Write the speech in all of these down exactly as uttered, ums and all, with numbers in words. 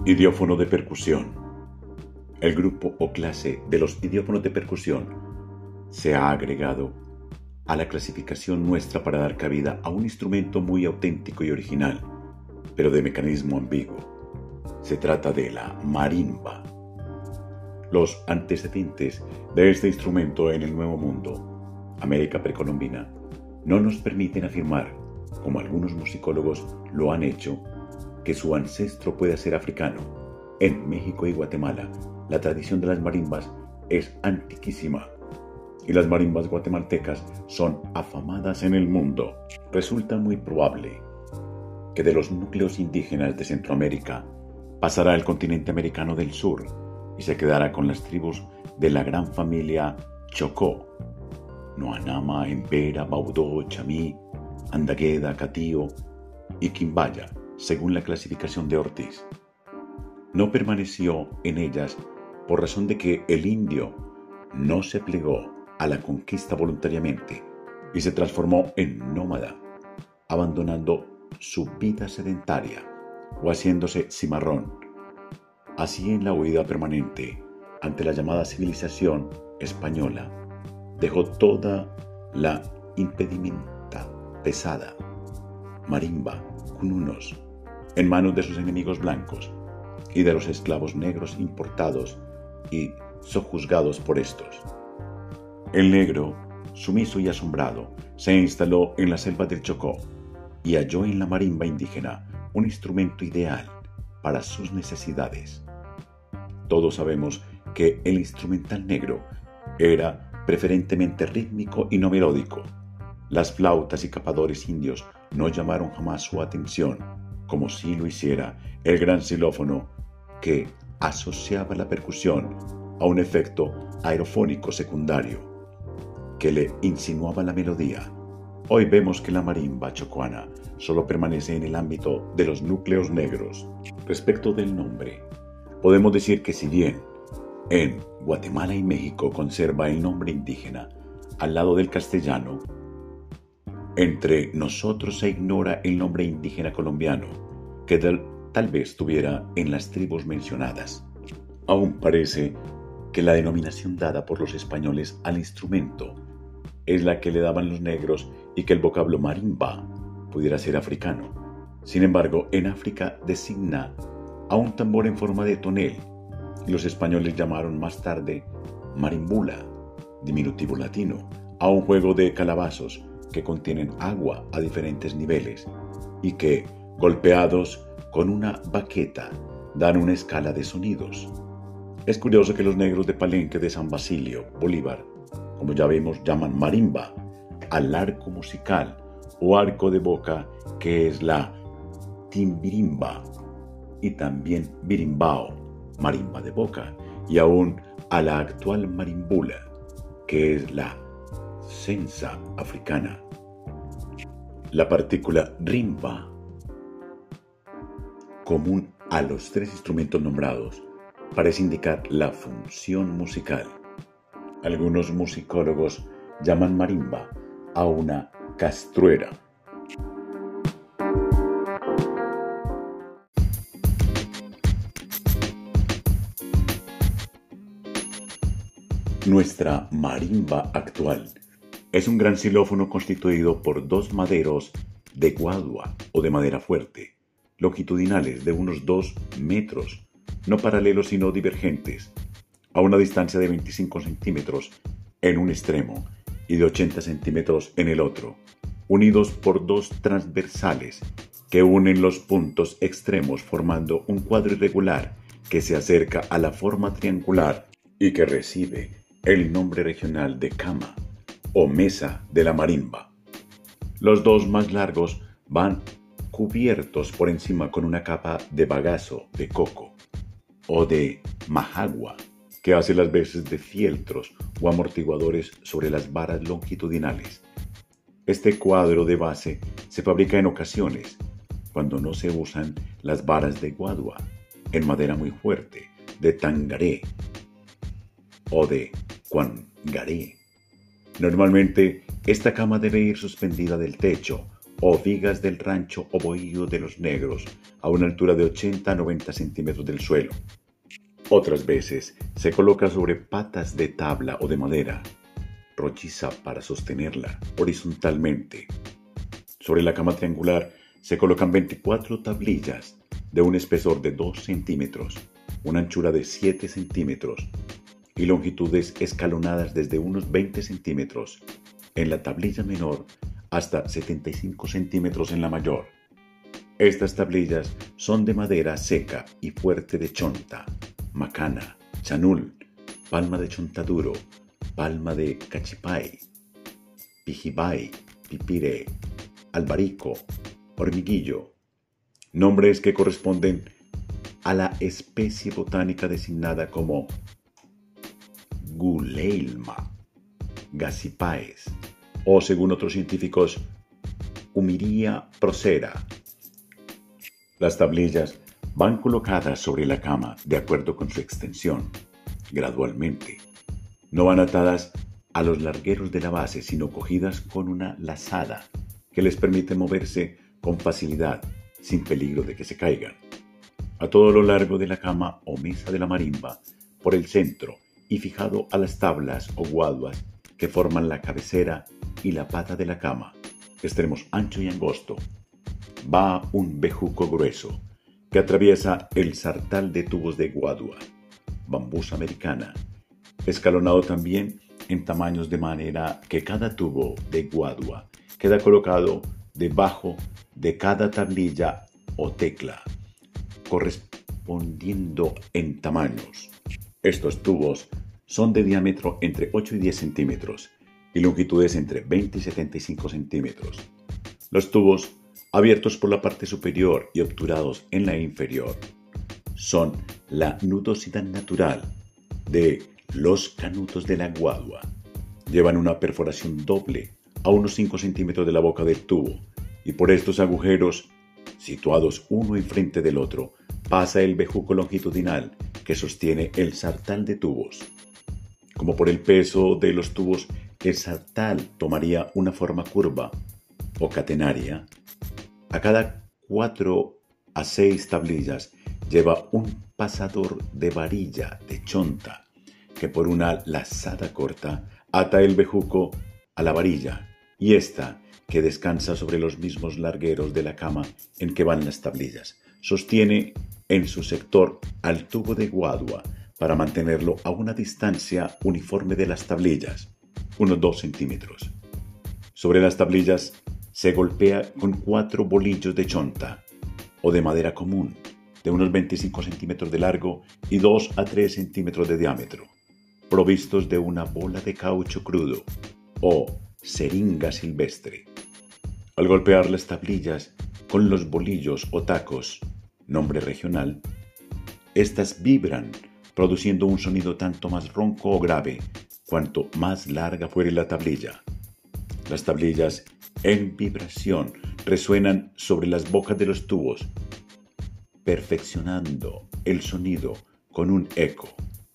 Idiófono de percusión. El grupo o clase de los idiófonos de percusión se ha agregado a la clasificación nuestra para dar cabida a un instrumento muy auténtico y original, pero de mecanismo ambiguo. Se trata de la marimba. Los antecedentes de este instrumento en el Nuevo Mundo, América precolombina, no nos permiten afirmar, como algunos musicólogos lo han hecho, que su ancestro pueda ser africano. En México y Guatemala, la tradición de las marimbas es antiquísima y las marimbas guatemaltecas son afamadas en el mundo. Resulta muy probable que de los núcleos indígenas de Centroamérica pasará al continente americano del sur y se quedará con las tribus de la gran familia Chocó: Noanama, Embera, Baudó, Chamí, Andagueda, Catío y Quimbaya, según la clasificación de Ortiz. No permaneció en ellas por razón de que el indio no se plegó a la conquista voluntariamente y se transformó en nómada, abandonando su vida sedentaria o haciéndose cimarrón. Así, en la huida permanente ante la llamada civilización española, dejó toda la impedimenta pesada, marimba, cununos, en manos de sus enemigos blancos y de los esclavos negros importados y sojuzgados por estos. El negro, sumiso y asombrado, se instaló en la selva del Chocó y halló en la marimba indígena un instrumento ideal para sus necesidades. Todos sabemos que el instrumental negro era preferentemente rítmico y no melódico. Las flautas y capadores indios no llamaron jamás su atención, como sí lo hiciera el gran xilófono, que asociaba la percusión a un efecto aerofónico secundario que le insinuaba la melodía. Hoy vemos que la marimba chocuana solo permanece en el ámbito de los núcleos negros. Respecto del nombre, podemos decir que si bien en Guatemala y México conserva el nombre indígena al lado del castellano, entre nosotros se ignora el nombre indígena colombiano que del, tal vez tuviera en las tribus mencionadas. Aún parece que la denominación dada por los españoles al instrumento es la que le daban los negros y que el vocablo marimba pudiera ser africano. Sin embargo, en África designa a un tambor en forma de tonel y los españoles llamaron más tarde marimbula, diminutivo latino, a un juego de calabazos que contienen agua a diferentes niveles y que, golpeados con una baqueta, dan una escala de sonidos. Es curioso que los negros de Palenque de San Basilio, Bolívar, como ya vemos, llaman marimba al arco musical o arco de boca, que es la timbirimba, y también birimbao, marimba de boca, y aún a la actual marimbula, que es la sensa africana. La partícula rimba, común a los tres instrumentos nombrados, parece indicar la función musical. Algunos musicólogos llaman marimba a una castruera. Nuestra marimba actual es un gran xilófono constituido por dos maderos de guadua o de madera fuerte, longitudinales de unos dos metros, no paralelos sino divergentes, a una distancia de veinticinco centímetros en un extremo y de ochenta centímetros en el otro, unidos por dos transversales que unen los puntos extremos formando un cuadro irregular que se acerca a la forma triangular y que recibe el nombre regional de cama o mesa de la marimba. Los dos más largos van cubiertos por encima con una capa de bagazo de coco o de majagua, que hace las veces de fieltros o amortiguadores sobre las varas longitudinales. Este cuadro de base se fabrica en ocasiones cuando no se usan las varas de guadua, en madera muy fuerte, de tangaré o de cuangaré. Normalmente, esta cama debe ir suspendida del techo o vigas del rancho o bohío de los negros a una altura de ochenta a noventa centímetros del suelo. Otras veces se coloca sobre patas de tabla o de madera rolliza para sostenerla horizontalmente. Sobre la cama triangular se colocan veinticuatro tablillas de un espesor de dos centímetros, una anchura de siete centímetros y longitudes escalonadas desde unos veinte centímetros en la tablilla menor hasta setenta y cinco centímetros en la mayor. Estas tablillas son de madera seca y fuerte de chonta, macana, chanul, palma de chontaduro, palma de cachipay, pijibay, pipire, albarico, hormiguillo, nombres que corresponden a la especie botánica designada como Guleilma, Gasipaes, o según otros científicos, Humiria procera. Las tablillas van colocadas sobre la cama de acuerdo con su extensión, gradualmente. No van atadas a los largueros de la base, sino cogidas con una lazada que les permite moverse con facilidad, sin peligro de que se caigan. A todo lo largo de la cama o mesa de la marimba, por el centro y fijado a las tablas o guaduas que forman la cabecera y la pata de la cama, extremos ancho y angosto, va un bejuco grueso que atraviesa el sartal de tubos de guadua, bambús americana, escalonado también en tamaños de manera que cada tubo de guadua queda colocado debajo de cada tablilla o tecla, correspondiendo en tamaños. Estos tubos son de diámetro entre ocho y diez centímetros y longitudes entre veinte y setenta y cinco centímetros. Los tubos, abiertos por la parte superior y obturados en la inferior, son la nudosidad natural de los canutos de la guadua. Llevan una perforación doble a unos cinco centímetros de la boca del tubo y por estos agujeros, situados uno enfrente del otro, pasa el bejuco longitudinal que sostiene el sartal de tubos. Como por el peso de los tubos, el sartal tomaría una forma curva o catenaria. A cada cuatro a seis tablillas lleva un pasador de varilla de chonta que por una lazada corta ata el bejuco a la varilla y ésta, que descansa sobre los mismos largueros de la cama en que van las tablillas, sostiene en su sector al tubo de guadua para mantenerlo a una distancia uniforme de las tablillas, unos dos centímetros. Sobre las tablillas se golpea con cuatro bolillos de chonta o de madera común, de unos veinticinco centímetros de largo y dos a tres centímetros de diámetro, provistos de una bola de caucho crudo o seringa silvestre. Al golpear las tablillas con los bolillos o tacos, nombre regional, estas vibran, produciendo un sonido tanto más ronco o grave cuanto más larga fuere la tablilla. Las tablillas en vibración resuenan sobre las bocas de los tubos, perfeccionando el sonido con un eco.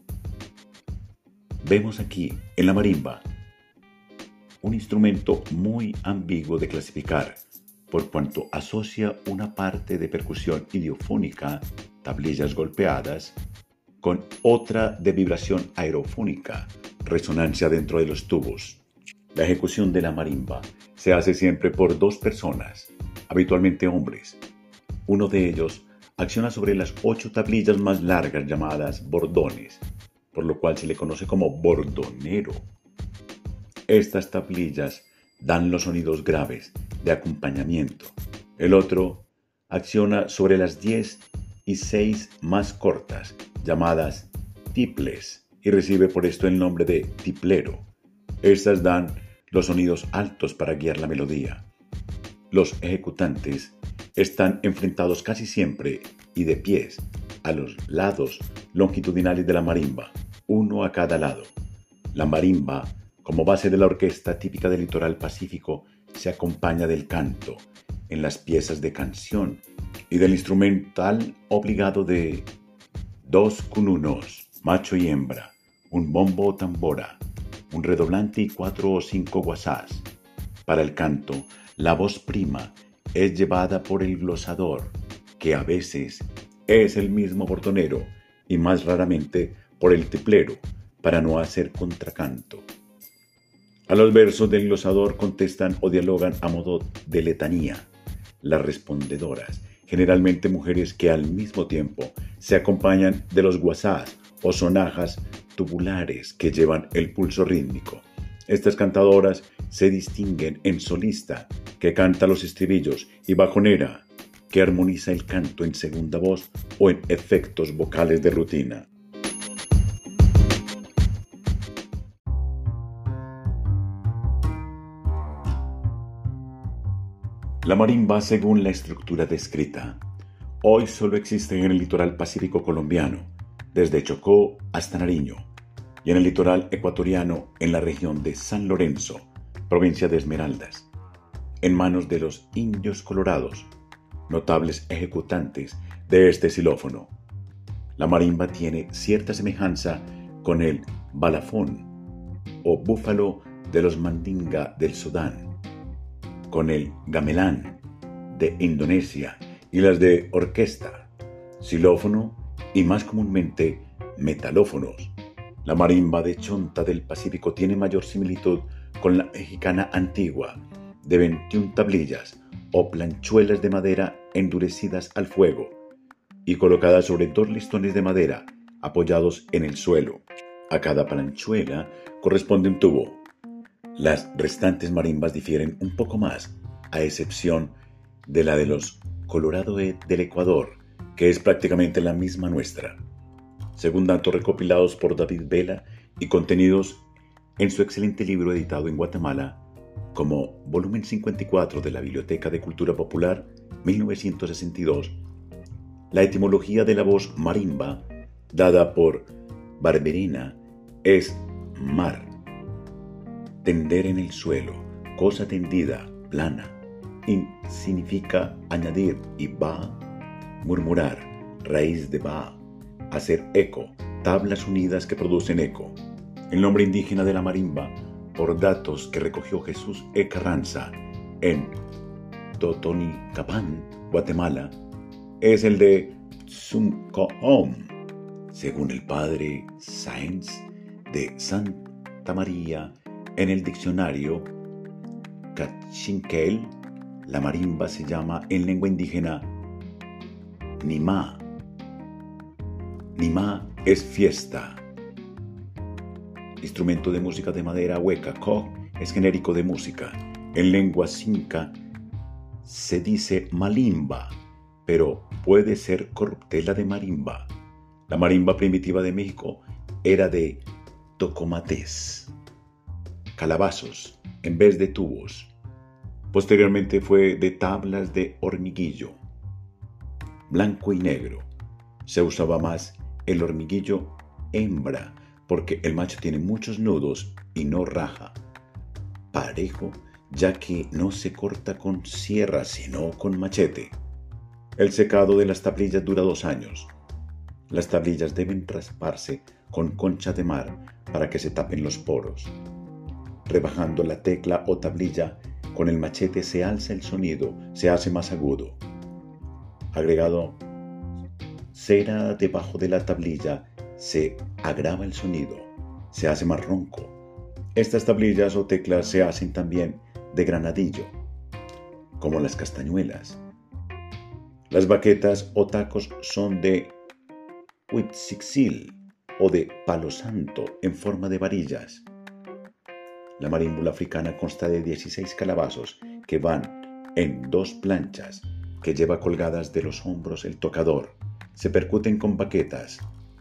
Vemos aquí, en la marimba, un instrumento muy ambiguo de clasificar, por cuanto asocia una parte de percusión idiofónica, tablillas golpeadas, con otra de vibración aerofónica, resonancia dentro de los tubos. La ejecución de la marimba se hace siempre por dos personas, habitualmente hombres. Uno de ellos acciona sobre las ocho tablillas más largas llamadas bordones, por lo cual se le conoce como bordonero. Estas tablillas dan los sonidos graves de acompañamiento. El otro acciona sobre las diez y seis más cortas, llamadas tiples, y recibe por esto el nombre de tiplero. Estas dan los sonidos altos para guiar la melodía. Los ejecutantes están enfrentados casi siempre y de pies a los lados longitudinales de la marimba, uno a cada lado. La marimba, como base de la orquesta típica del litoral pacífico, se acompaña del canto en las piezas de canción y del instrumental obligado de dos cununos, macho y hembra, un bombo o tambora, un redoblante y cuatro o cinco guasás, Para el canto, la voz prima es llevada por el glosador, que a veces es el mismo botonero y más raramente por el tiplero, para no hacer contracanto. A los versos del glosador contestan o dialogan a modo de letanía las respondedoras, generalmente mujeres que al mismo tiempo se acompañan de los guasás o sonajas tubulares que llevan el pulso rítmico. Estas cantadoras se distinguen en solista, que canta los estribillos, y bajonera, que armoniza el canto en segunda voz o en efectos vocales de rutina. La marimba según la estructura descrita. Hoy solo existe en el litoral pacífico colombiano, desde Chocó hasta Nariño, y en el litoral ecuatoriano en la región de San Lorenzo, provincia de Esmeraldas, en manos de los indios colorados, notables ejecutantes de este xilófono. La marimba tiene cierta semejanza con el balafón o búfalo de los mandinga del Sudán, con el gamelán de Indonesia y las de orquesta, xilófono y más comúnmente metalófonos. La marimba de Chonta del Pacífico tiene mayor similitud con la mexicana antigua, de veintiuna tablillas o planchuelas de madera endurecidas al fuego y colocadas sobre dos listones de madera apoyados en el suelo. A cada planchuela corresponde un tubo. Las restantes marimbas difieren un poco más, a excepción de la de los Colorado del Ecuador, que es prácticamente la misma nuestra. Según datos recopilados por David Vela y contenidos en su excelente libro editado en Guatemala como volumen cincuenta y cuatro de la Biblioteca de Cultura Popular, mil novecientos sesenta y dos, la etimología de la voz marimba, dada por Barberena, es mar, tender en el suelo, cosa tendida, plana, y significa añadir, y ba, murmurar, raíz de ba, hacer eco, tablas unidas que producen eco. El nombre indígena de la marimba, por datos que recogió Jesús E. Carranza en Totonicapán, Guatemala, es el de Tzumcoom, según el padre Sáenz de Santa María. En el diccionario Cachinquel, la marimba se llama en lengua indígena Nimá. Nimá es fiesta. Instrumento de música de madera hueca. Co es genérico de música. En lengua cinca se dice malimba, pero puede ser corruptela de marimba. La marimba primitiva de México era de tocomates, calabazos, en vez de tubos. Posteriormente fue de tablas de hormiguillo, blanco y negro. Se usaba más el hormiguillo hembra, porque el macho tiene muchos nudos y no raja parejo, ya que no se corta con sierra, sino con machete. El secado de las tablillas dura dos años. Las tablillas deben rasparse con concha de mar para que se tapen los poros. Rebajando la tecla o tablilla con el machete se alza el sonido, se hace más agudo. Agregado cera debajo de la tablilla, se agrava el sonido, se hace más ronco. Estas tablillas o teclas se hacen también de granadillo, como las castañuelas. Las baquetas o tacos son de huitzixil o de palo santo en forma de varillas. La marímbula africana consta de dieciséis calabazos que van en dos planchas que lleva colgadas de los hombros el tocador. Se percuten con baquetas.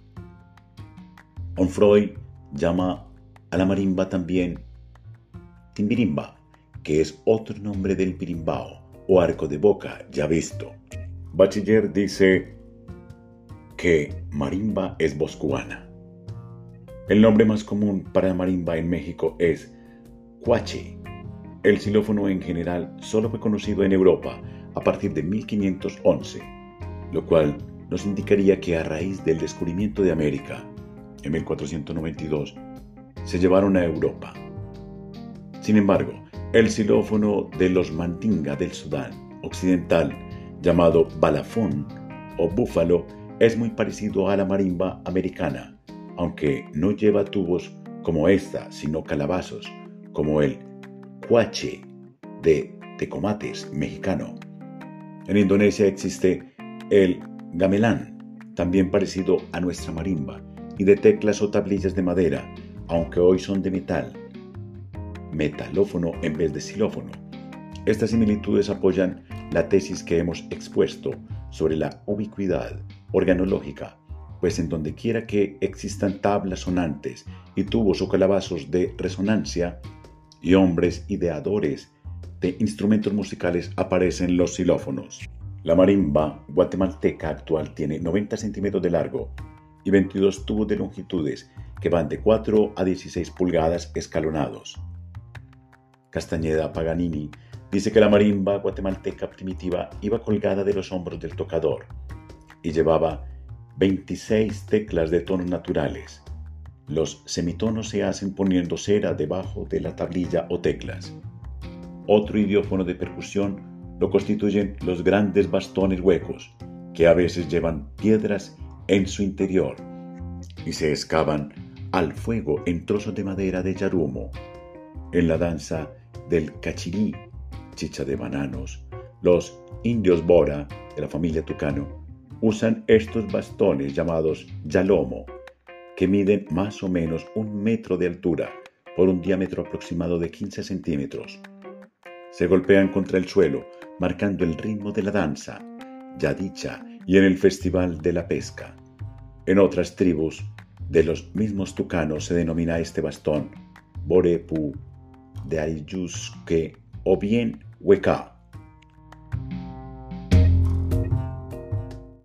Onfroy llama a la marimba también timbirimba, que es otro nombre del birimbao o arco de boca ya visto. Bachiller dice que marimba es voz cubana. El nombre más común para marimba en México es cuache. El xilófono en general solo fue conocido en Europa a partir de mil quinientos once, lo cual nos indicaría que a raíz del descubrimiento de América, en mil cuatrocientos noventa y dos, se llevaron a Europa. Sin embargo, El xilófono de los Mandinga del Sudán occidental, llamado balafón o búfalo, es muy parecido a la marimba americana, aunque no lleva tubos como esta, sino calabazos, como el cuache de tecomates mexicano. En Indonesia existe el gamelan, también parecido a nuestra marimba, y de teclas o tablillas de madera, aunque hoy son de metal, metalófono en vez de xilófono. Estas similitudes apoyan la tesis que hemos expuesto sobre la ubicuidad organológica, pues en donde quiera que existan tablas sonantes y tubos o calabazos de resonancia y hombres ideadores de instrumentos musicales, aparecen los xilófonos. La marimba guatemalteca actual tiene noventa centímetros de largo y veintidós tubos de longitudes que van de cuatro a dieciséis pulgadas escalonados. Castañeda Paganini dice que la marimba guatemalteca primitiva iba colgada de los hombros del tocador y llevaba veintiséis teclas de tonos naturales. Los semitonos se hacen poniendo cera debajo de la tablilla o teclas. Otro idiófono de percusión lo constituyen los grandes bastones huecos, que a veces llevan piedras en su interior y se excavan al fuego en trozos de madera de yarumo. En la danza del cachirí, chicha de bananos, los indios bora de la familia tucano usan estos bastones llamados yalomo, que miden más o menos un metro de altura por un diámetro aproximado de quince centímetros. Se golpean contra el suelo, marcando el ritmo de la danza, ya dicha, y en el festival de la pesca. En otras tribus de los mismos tucanos se denomina este bastón borepu de ayusque o bien hueca.